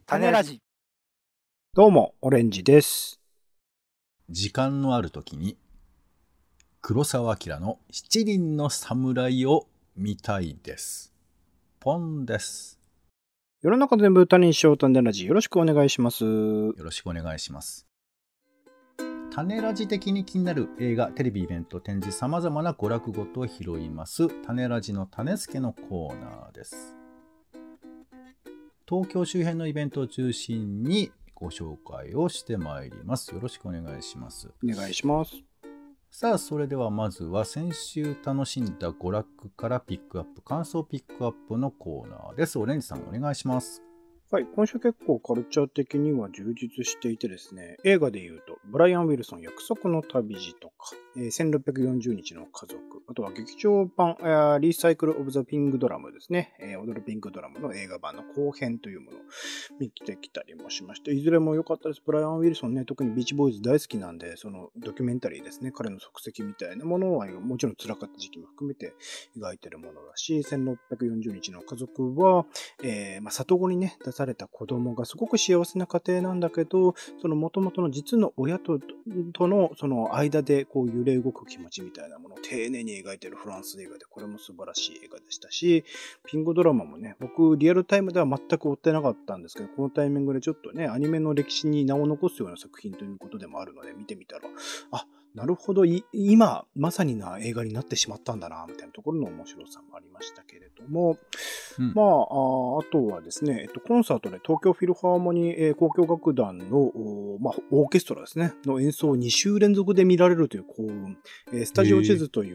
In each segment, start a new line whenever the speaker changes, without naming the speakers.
種ラジ。
どうも、オレンジです。
時間のある時に黒澤明の七人の侍を見たいです。ポンです。
世の中全部種にしよう種ラジ。よろしくお願いします。
よろしくお願いします。種ラジ的に気になる映画、テレビイベント、展示、様々な娯楽ごとを拾います種ラジの種付けのコーナーです。東京周辺のイベントを中心にご紹介をしてまいります。よろしくお願いします。
お願いします。
さあ、それではまずは先週楽しんだ娯楽からピックアップ、感想ピックアップのコーナーです。オレンジさんお願いします。
はい、今週結構カルチャー的には充実していてですね、映画で言うと、ブライアン・ウィルソン約束の旅路とか、1640日の家族、あとは劇場版、リサイクル・オブ・ザ・ピングドラムですね、踊るピンクドラムの映画版の後編というものを見てきたりもしまして、いずれも良かったです。ブライアン・ウィルソンね、特にビーチボーイズ大好きなんで、そのドキュメンタリーですね、彼の足跡みたいなものはもちろん辛かった時期も含めて描いてるものだし、1640日の家族は、里子にね、出された子供がすごく幸せな家庭なんだけど、その元々の実の親とのその間でこう揺れ動く気持ちみたいなものを丁寧に描いているフランス映画で、これも素晴らしい映画でしたし、ピングドラマもね、僕リアルタイムでは全く追ってなかったんですけど、このタイミングでちょっとね、アニメの歴史に名を残すような作品ということでもあるので見てみたら、なるほど、今まさにな映画になってしまったんだなみたいなところの面白さもありましたけれども、あとはですね、コンサートで東京フィルハーモニー、交響楽団の、オーケストラですね、の演奏を2週連続で見られるという幸運、スタジオ地図という、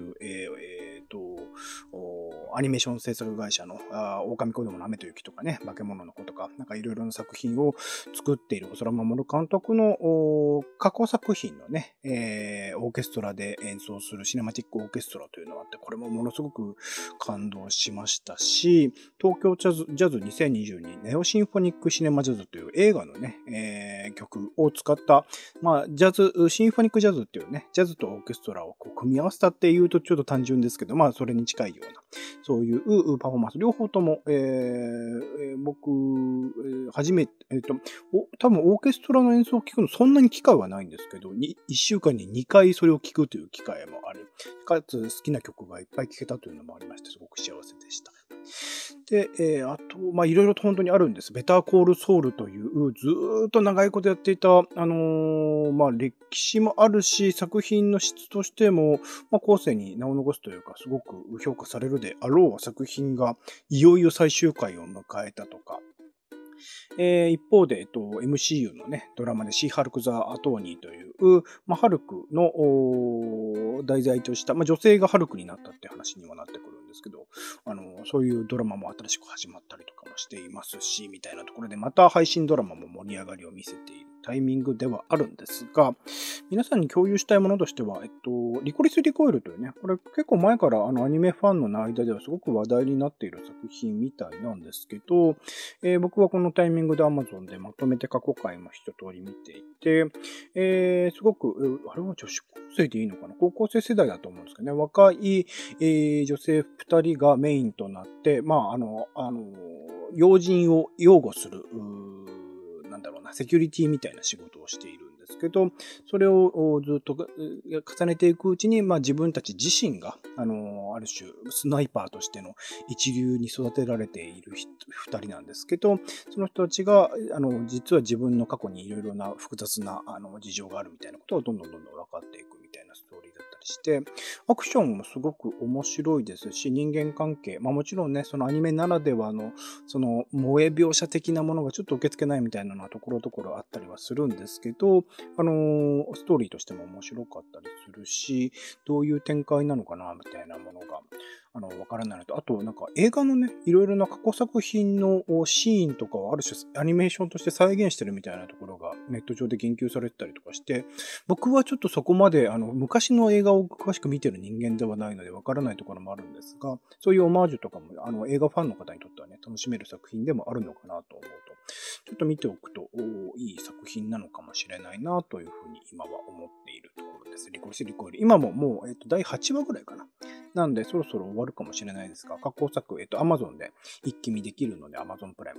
アニメーション制作会社の狼子供の雨と雪とかね、化け物の子とか、なんかいろいろな作品を作っている細田守監督の過去作品のね、オーケストラで演奏するシネマティックオーケストラというのがあって、これもものすごく感動しましたし、東京ジャズ2022ネオシンフォニックシネマジャズという映画のね、曲を使った、ジャズ、シンフォニックジャズっていうね、ジャズとオーケストラをこう組み合わせたっていうとちょっと単純ですけど、それに近いような、そういうパフォーマンス、両方とも、僕、初めて、多分オーケストラの演奏を聴くのそんなに機会はないんですけど、1週間に2回それを聴くという機会もあり、かつ好きな曲がいっぱい聴けたというのもありまして、すごく幸せでした。で、あと、いろいろと本当にあるんです。ベターコールソウルという、ずーっと長いことやっていた、歴史もあるし、作品の質としても、後世に名を残すというか、すごく評価されるであろう作品が、いよいよ最終回を迎えたとか、一方で、MCU のね、ドラマでシー・ハルク・ザ・アトーニーという、ハルクの題材とした、女性がハルクになったって話にもなってくるんですけど、そういうドラマも新しく始まったりとかもしていますし、みたいなところで、また配信ドラマも盛り上がりを見せているタイミングではあるんですが、皆さんに共有したいものとしては、リコリス・リコイルというね、これ結構前からアニメファンの間ではすごく話題になっている作品みたいなんですけど、僕はこのタイミングで Amazon でまとめて過去回も一通り見ていて、すごく、あれは女子高生でいいのかな、高校生世代だと思うんですけどね、若い、女性2人がメインとなって、要人を擁護する、セキュリティみたいな仕事をしているんですけど、それをずっと重ねていくうちに、自分たち自身が、ある種、スナイパーとしての一流に育てられている二人なんですけど、その人たちが、実は自分の過去にいろいろな複雑な、事情があるみたいなことをどんどん分かっていくみたいなストーリーだったりして、アクションもすごく面白いですし、人間関係、もちろんね、そのアニメならではの、その萌え描写的なものがちょっと受け付けないみたいなのはところどころあったりはするんですけど、ストーリーとしても面白かったりするし、どういう展開なのかな、みたいなものが、わからないのと、あと、映画のね、いろいろな過去作品のシーンとかをある種アニメーションとして再現してるみたいなところがネット上で言及されてたりとかして、僕はちょっとそこまで、昔の映画を詳しく見てる人間ではないのでわからないところもあるんですが、そういうオマージュとかも、映画ファンの方にとってはね、楽しめる作品でもあるのかなと思うと、ちょっと見ておくと、いい作品なのかもしれないなというふうに今は思っているところです。リコイル。今ももう、第8話ぐらいかな。なんで、そろそろ終わるかもしれないですが、過去作、Amazon で一気見できるので、Amazon プライムか。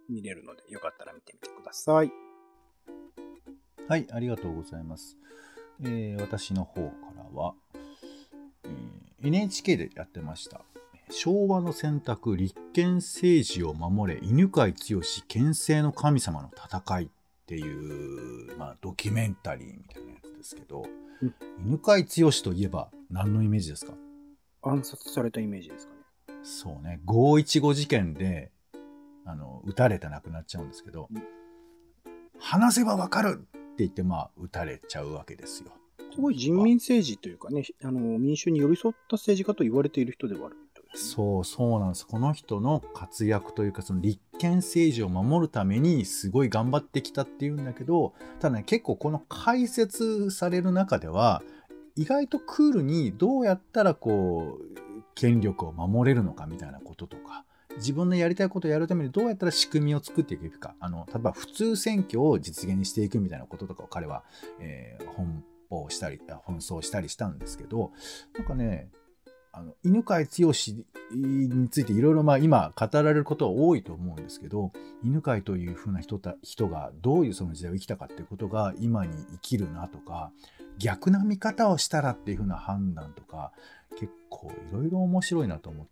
見れるので、よかったら見てみてください。
はい、ありがとうございます。私の方からは、NHK でやってました。昭和の選択、立憲政治を守れ、犬養毅憲政の神様の戦いっていう、ドキュメンタリーみたいなやつですけど、犬養毅といえば何のイメージですか？
暗殺されたイメージですかね。
そうね、515事件で撃たれて亡くなっちゃうんですけど、話せばわかるって言って撃たれちゃうわけですよ。
すごい人民政治というかね、民衆に寄り添った政治家と言われている人ではある。
そうなんです。この人の活躍というか、その立憲政治を守るためにすごい頑張ってきたっていうんだけど、ただね、結構この解説される中では意外とクールにどうやったら権力を守れるのかみたいなこととか、自分のやりたいことをやるためにどうやったら仕組みを作っていくか、例えば普通選挙を実現にしていくみたいなこととかを彼は、奔走したりしたんですけど、なんかね、犬養毅についていろいろ今語られることは多いと思うんですけど、犬養というふうな人がどういうその時代を生きたかっていうことが今に生きるなとか、逆な見方をしたらっていうふうな判断とか、結構いろいろ面白いなと思って、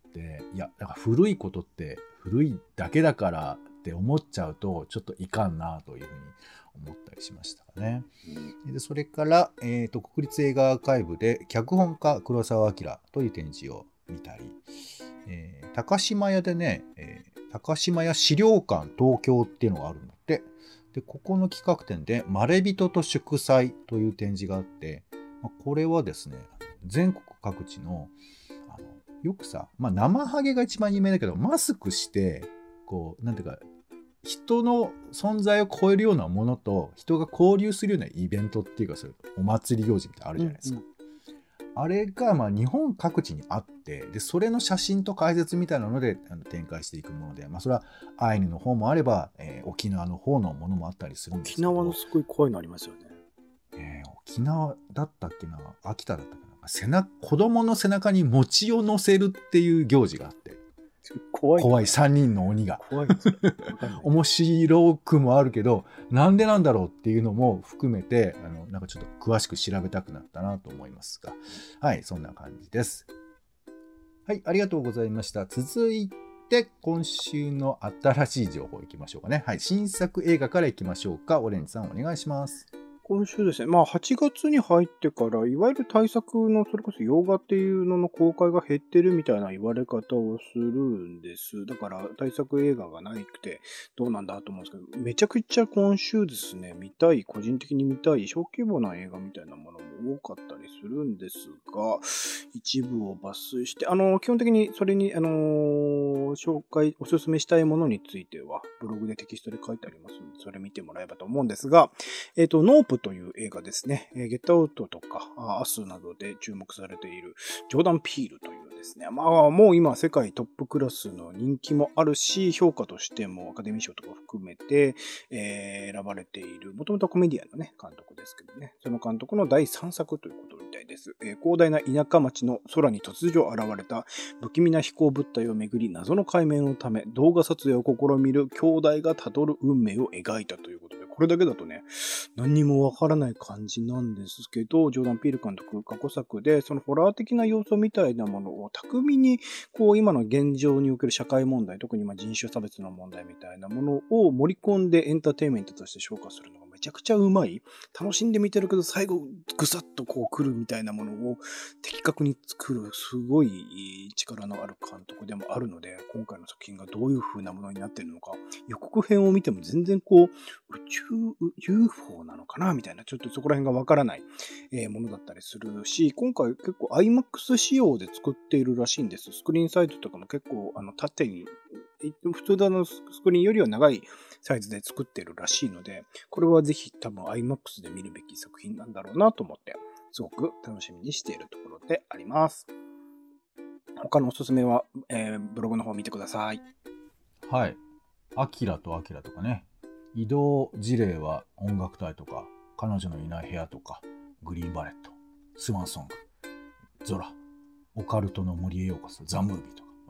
だから古いことって古いだけだからって思っちゃうとちょっといかんなというふうに思ったりしましたね。でそれから、国立映画アーカイブで脚本家黒澤明という展示を見たり、高島屋でね、高島屋資料館東京っていうのがあるので、ここの企画展でまれびとと祝祭という展示があって、これはですね、全国各地のよくさ、生ハゲが一番有名だけど、マスクしてなんていうか人の存在を超えるようなものと人が交流するようなイベントっていうか、そういうお祭り行事みたいなのあるじゃないですか。あれが日本各地にあって、でそれの写真と解説みたいなので展開していくもので、それはアイヌの方もあれば、沖縄の方のものもあったりするんですけど。
沖縄のすごい怖いのありますよね。
沖縄だったっけな、秋田だったっけな、子供の背中に餅を乗せるっていう行事があって、怖い3人の鬼が
怖いですね。
面白くもあるけど、なんでなんだろうっていうのも含めて、なんかちょっと詳しく調べたくなったなと思いますが、はい、そんな感じです。はい、ありがとうございました。続いて今週の新しい情報いきましょうかね。はい、新作映画からいきましょうか。オレンジさんお願いします。
今週ですね、8月に入ってから、いわゆる大作の、それこそ洋画っていうのの公開が減ってるみたいな言われ方をするんです。だから、大作映画がなくて、どうなんだと思うんですけど、めちゃくちゃ今週ですね、個人的に見たい、小規模な映画みたいなものも多かったりするんですが、一部を抜粋して、基本的にそれに、おすすめしたいものについては、ブログでテキストで書いてありますので、それ見てもらえばと思うんですが、ノープという映画ですね。ゲットアウトとか、アスなどで注目されているジョーダン・ピールというですね。もう今世界トップクラスの人気もあるし、評価としてもアカデミー賞とか含めて、選ばれている、もともとコメディアンのね、監督ですけどね。その監督の第3作ということみたいです。広大な田舎町の空に突如現れた不気味な飛行物体をめぐり、謎の解明のため動画撮影を試みる兄弟が辿る運命を描いたということで、これだけだとね、何にもわからない感じなんですけど、ジョーダン・ピール監督過去作で、そのホラー的な要素みたいなものを巧みに、今の現状における社会問題、特に人種差別の問題みたいなものを盛り込んでエンターテインメントとして消化するのがめちゃくちゃうまい。楽しんで見てるけど、最後、ぐさっと来るみたいなものを的確に作る、すごい力のある監督でもあるので、今回の作品がどういう風なものになっているのか、予告編を見ても全然UFO なのかなみたいな、ちょっとそこら辺がわからない、ものだったりするし、今回結構 IMAX 仕様で作っているらしいんです。スクリーンサイズとかも結構縦に、普通のスクリーンよりは長いサイズで作っているらしいので、これはぜひ多分 IMAX で見るべき作品なんだろうなと思って、すごく楽しみにしているところであります。他のおすすめは、ブログの方見てください。
はい。アキラとアキラとかね。移動事例は音楽隊とか、彼女のいない部屋とか、グリーンバレット、スワンソング、ゾラ、オカルトの森へようこそ、ザ・ムービーとか、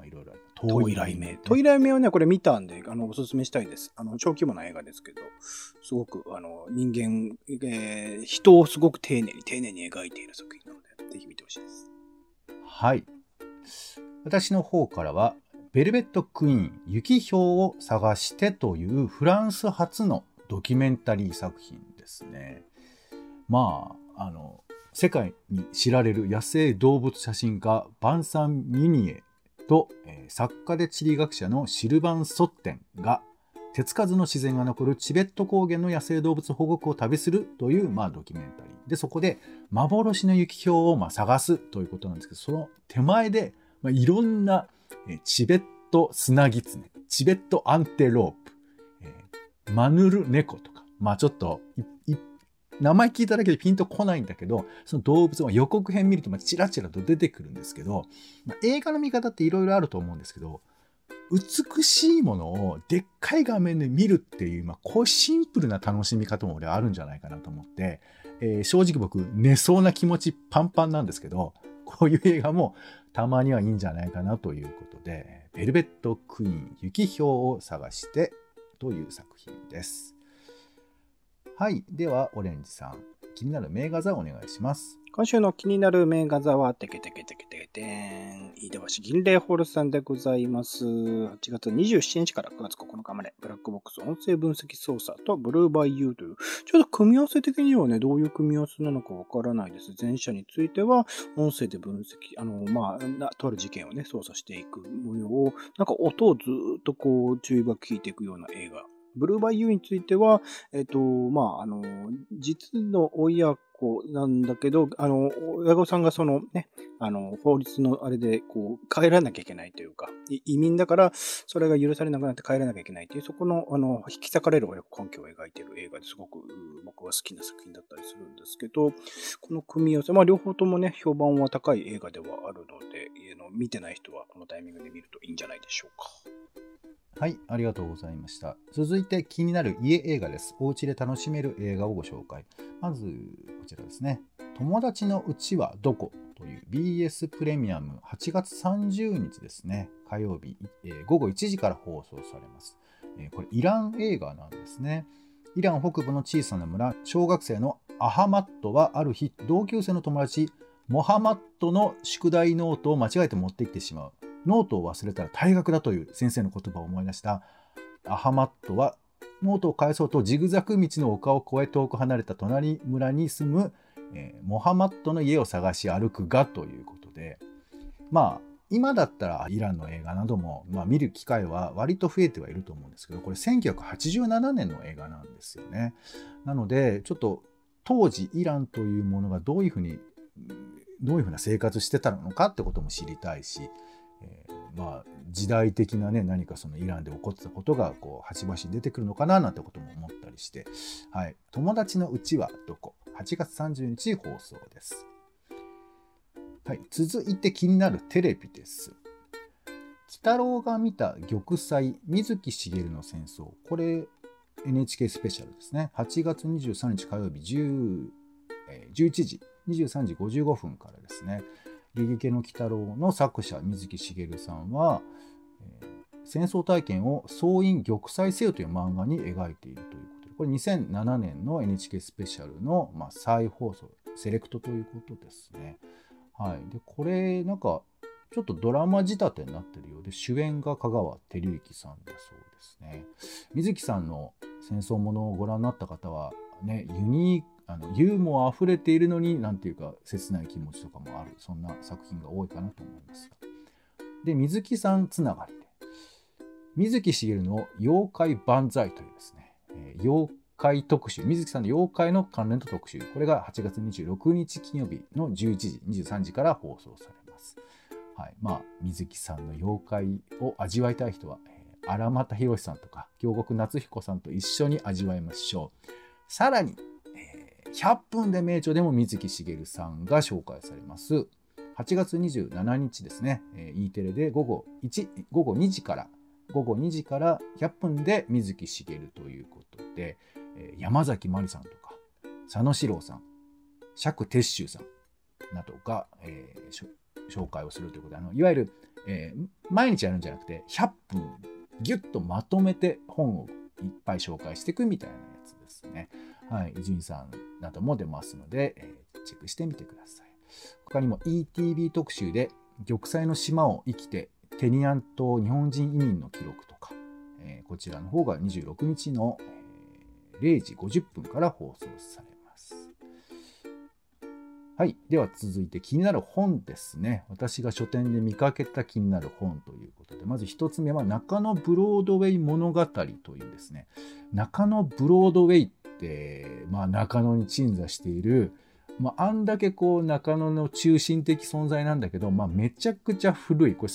いろいろある。
遠い雷鳴。遠い雷鳴はね、これ見たんで、おすすめしたいです。小規模な映画ですけど、すごく、人間、人をすごく丁寧に描いている作品なので、ぜひ見てほしいです。
はい。私の方からは、ベルベットクイーン、雪氷を探してというフランス初のドキュメンタリー作品ですね。まあ、世界に知られる野生動物写真家、バンサン・ミニエと、作家で地理学者のシルバン・ソッテンが、手つかずの自然が残るチベット高原の野生動物保護区を旅するという、ドキュメンタリーで、そこで幻の雪氷を探すということなんですけど、その手前で、いろんなチベットスナギツネ、チベットアンテロープ、マヌルネコとか、ちょっと名前聞いただけでピンとこないんだけど、その動物は予告編見るとチラチラと出てくるんですけど、映画の見方っていろいろあると思うんですけど、美しいものをでっかい画面で見るっていう、こういうシンプルな楽しみ方も俺はあるんじゃないかなと思って、正直僕寝そうな気持ちパンパンなんですけど、こういう映画もたまにはいいんじゃないかなということで、ベルベットクイーン雪氷を探してという作品です。はい。では、オレンジさん、気になる名画座をお願いします。
今週の気になる名画座は、てけてけてけてけてーん。飯田橋銀霊ホールさんでございます。8月27日から9月9日まで、ブラックボックス音声分析操作とブルーバイユーという、ちょっと組み合わせ的にはね、どういう組み合わせなのかわからないです。前者については、音声で分析、とある事件をね、操作していく模様を、音をずっと注意深く聞いていくような映画。ブルーバイユーについては、実の親子なんだけど、親御さんがそのね、法律のあれで、帰らなきゃいけないというか、移民だから、それが許されなくなって帰らなきゃいけないという、そこの、引き裂かれる親子関係を描いている映画ですごく、僕は好きな作品だったりするんですけど、この組み合わせ、両方ともね、評判は高い映画ではあるので、見てない人はこのタイミングで見るといいんじゃないでしょうか。
はい、ありがとうございました。続いて気になる家映画です。お家で楽しめる映画をご紹介。まず、こちらですね。友達のうちはどこという BS プレミアム8月30日ですね。火曜日、午後1時から放送されます。これイラン映画なんですね。イラン北部の小さな村、小学生のアハマットはある日、同級生の友達、モハマットの宿題ノートを間違えて持ってきてしまう。ノートを忘れたら退学だという先生の言葉を思い出したアハマットは、ノートを返そうとジグザグ道の丘を越え遠く離れた隣村に住む、モハマットの家を探し歩くがということで、今だったらイランの映画なども、見る機会は割と増えてはいると思うんですけど、これ1987年の映画なんですよね。なのでちょっと当時イランというものがどういうふうな生活してたのかってことも知りたいし、時代的なね、何かそのイランで起こってたことが端々に出てくるのかななんてことも思ったりして、はい、友達のうちはどこ8月30日放送です。はい、続いて気になるテレビです。鬼太郎が見た玉砕、水木しげるの戦争、これ NHK スペシャルですね。8月23日火曜日11時23時55分からですね。ゲゲゲの鬼太郎の作者水木しげるさんは、戦争体験を総員玉砕せよという漫画に描いているということで、これ2007年の NHK スペシャルの、再放送セレクトということですね。はい、でこれちょっとドラマ仕立てになっているようで、主演が香川照之さんだそうですね。水木さんの戦争ものをご覧になった方はね、ユーモア溢れているのになんていうか切ない気持ちとかもある、そんな作品が多いかなと思います。で、水木さんつながりで水木しげるの妖怪万歳というですね、妖怪特集、水木さんの妖怪の関連と特集、これが8月26日金曜日の11時23時から放送されます。はい、水木さんの妖怪を味わいたい人は、荒俣宏さんとか京極夏彦さんと一緒に味わいましょう。さらに、100分で名著でも水木しげるさんが紹介されます。8月27日ですね、E テレで午後2時から100分で水木しげるということで、山崎まりさんとか佐野史郎さん、釈徹宗さんなどが、紹介をするということで、いわゆる毎日やるんじゃなくて、100分ギュッとまとめて本をいっぱい紹介していくみたいなやつですね。はい。伊集院さんなども出ますので、チェックしてみてください。他にも ETV 特集で、玉砕の島を生きてテニアン島日本人移民の記録とか、こちらの方が26日の0時50分から放送されます。はい。では続いて気になる本ですね。私が書店で見かけた気になる本ということで、まず一つ目は中野ブロードウェイ物語というですね、中野ブロードウェイって、中野に鎮座している、あんだけこう中野の中心的存在なんだけど、めちゃくちゃ古い。これ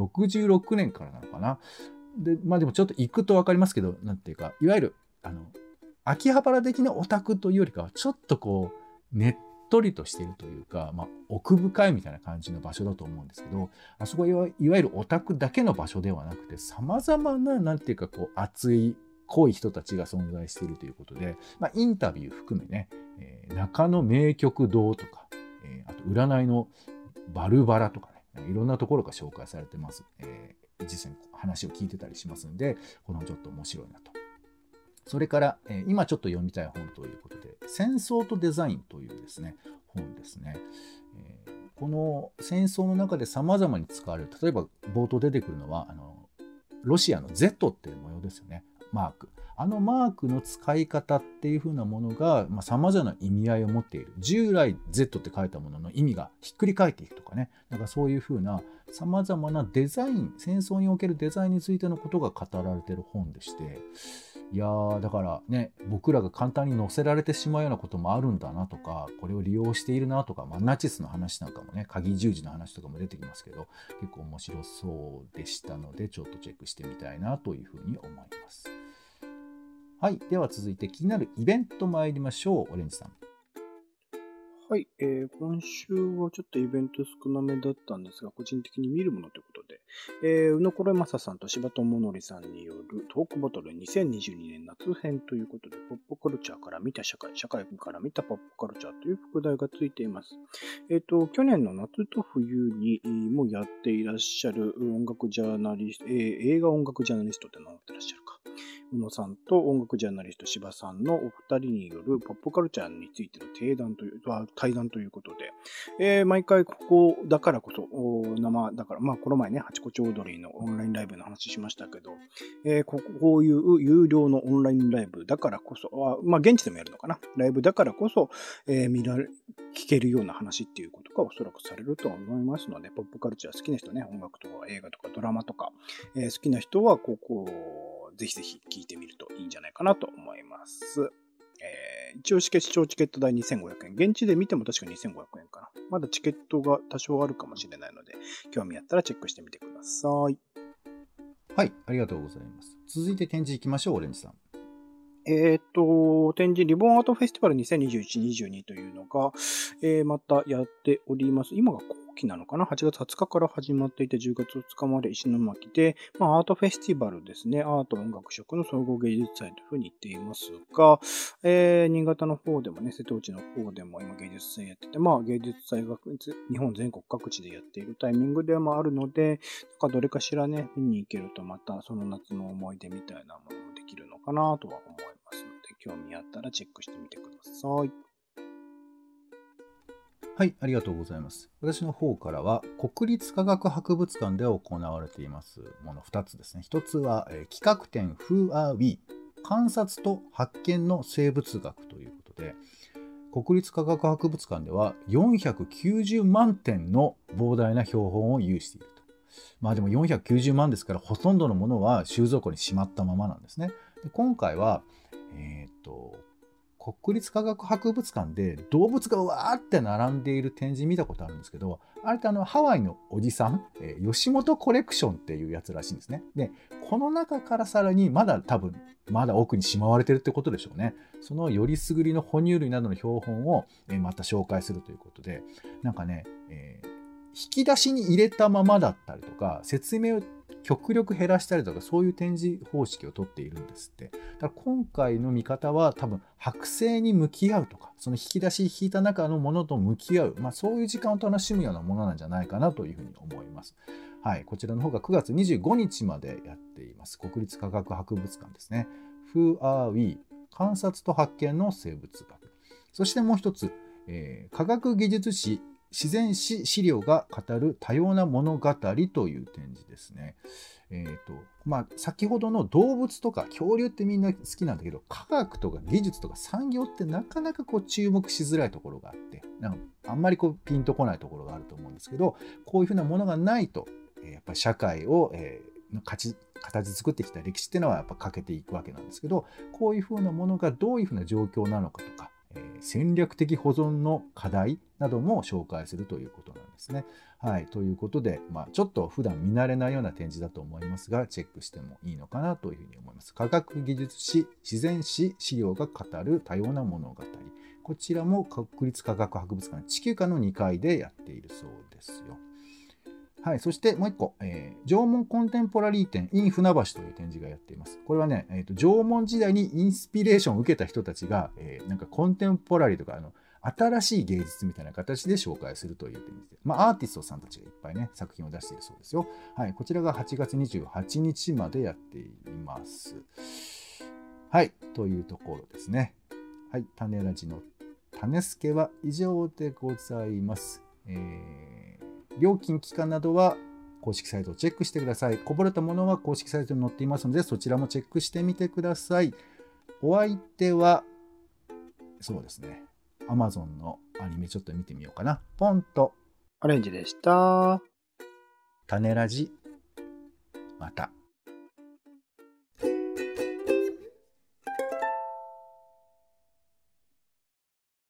1966年からなのかな。で、でもちょっと行くと分かりますけど、なんていうか、いわゆる、秋葉原的なオタクというよりかは、ちょっとこう、ねっとりとしているというか、奥深いみたいな感じの場所だと思うんですけど、あそこはいわゆるオタクだけの場所ではなくて、様々な、なんていうか、こう、熱い、濃い人たちが存在しているということで、インタビュー含めね、中野名曲堂とか、あと占いのバルバラとかね、いろんなところが紹介されてます。実際に話を聞いてたりしますんで、このちょっと面白いなと。それから、今ちょっと読みたい本ということで、戦争とデザインというですね、本ですね。この戦争の中で様々に使われる、例えば冒頭出てくるのは、ロシアの Z っていう模様ですよね。マーク。マークの使い方っていう風なものが、様々な意味合いを持っている。従来 Z って書いたものの意味がひっくり返っていくとかね。なんかそういう風な様々なデザイン、戦争におけるデザインについてのことが語られている本でして、いやー、だからね、僕らが簡単に載せられてしまうようなこともあるんだなとか、これを利用しているなとか、ナチスの話なんかもね、鍵十字の話とかも出てきますけど、結構面白そうでしたので、ちょっとチェックしてみたいなというふうに思います。はい。では続いて気になるイベント参りましょう。オレンジさん。
はい、今週はちょっとイベント少なめだったんですが、個人的に見るものということで、宇野これまささんと柴田智則さんによるトークバトル2022年夏編ということで、ポップカルチャーから見た社会、社会から見たポップカルチャーという副題がついています。去年の夏と冬にもやっていらっしゃる音楽ジャーナリスト、映画音楽ジャーナリストって名乗ってらっしゃるか。宇野さんと音楽ジャーナリスト柴さんのお二人によるポップカルチャーについての対談ということで、毎回ここだからこそ、生だから、この前ね、ハチコチオードリーのオンラインライブの話しましたけど、こういう有料のオンラインライブだからこそ、現地でもやるのかな、ライブだからこそ、聞けるような話っていうことがおそらくされるとは思いますので、ポップカルチャー好きな人ね、音楽とか映画とかドラマとか、好きな人はここをぜひぜひ聞いてみるといいんじゃないかなと思います。一応視聴チケット代2500円。現地で見ても確か2500円かな。まだチケットが多少あるかもしれないので、興味あったらチェックしてみてください。
はい、ありがとうございます。続いて展示行きましょう、オレンジさん。
展示リボンアートフェスティバル2021-22というのが、またやっております。今が後期なのかな ?8 月20日から始まっていて10月2日まで石巻で、アートフェスティバルですね。アート音楽色の総合芸術祭というふうに言っていますが、新潟の方でもね、瀬戸内の方でも今芸術祭やってて、芸術祭が日本全国各地でやっているタイミングでもあるので、どれかしらね、見に行けるとまたその夏の思い出みたいなものもできるのかなとは思いますので、興味あったらチェックしてみてください。
はい、ありがとうございます。私の方からは、国立科学博物館で行われていますもの2つですね。1つは、企画展 Who Are We? 観察と発見の生物学ということで、国立科学博物館では490万点の膨大な標本を有していると。でも490万ですから、ほとんどのものは収蔵庫にしまったままなんですね。で今回は、国立科学博物館で動物がわーって並んでいる展示見たことあるんですけど、あれってハワイのおじさん、吉本コレクションっていうやつらしいんですね。で、この中からさらにまだ奥にしまわれてるってことでしょうね。そのよりすぐりの哺乳類などの標本をまた紹介するということで、なんかね、 引き出しに入れたままだったりとか、説明を極力減らしたりとか、そういう展示方式をとっているんですって。だから今回の見方は多分剥製に向き合うとか、その引き出し引いた中のものと向き合う、そういう時間を楽しむようなものなんじゃないかなというふうに思います。はい、こちらの方が9月25日までやっています。国立科学博物館ですね。Who are we? 観察と発見の生物学。そしてもう一つ、科学技術史自然史資料が語る多様な物語という展示ですね。先ほどの動物とか恐竜ってみんな好きなんだけど、科学とか技術とか産業ってなかなか注目しづらいところがあって、あんまりピンとこないところがあると思うんですけど、こういうふうなものがないと、やっぱり社会を、形作ってきた歴史っていうのはやっぱ欠けていくわけなんですけど、こういうふうなものがどういうふうな状況なのかとか、戦略的保存の課題なども紹介するということなんですね。はい、ということで、ちょっと普段見慣れないような展示だと思いますが、チェックしてもいいのかなというふうに思います。科学技術史、自然史資料が語る多様な物語。こちらも国立科学博物館地球科の2階でやっているそうですよ。はい、そしてもう一個、縄文コンテンポラリー展 in 船橋という展示がやっています。これはね、縄文時代にインスピレーションを受けた人たちが、なんかコンテンポラリーとか新しい芸術みたいな形で紹介するという展示で、アーティストさんたちがいっぱいね、作品を出しているそうですよ。はい、こちらが8月28日までやっています。はい、というところですね。はい、種ラジの種助は以上でございます。料金期間などは公式サイトをチェックしてください。こぼれたものは公式サイトに載っていますので、そちらもチェックしてみてください。お相手は、そうですね、Amazon のアニメちょっと見てみようかな。ポンと
アレンジでした。
種ラジ、また。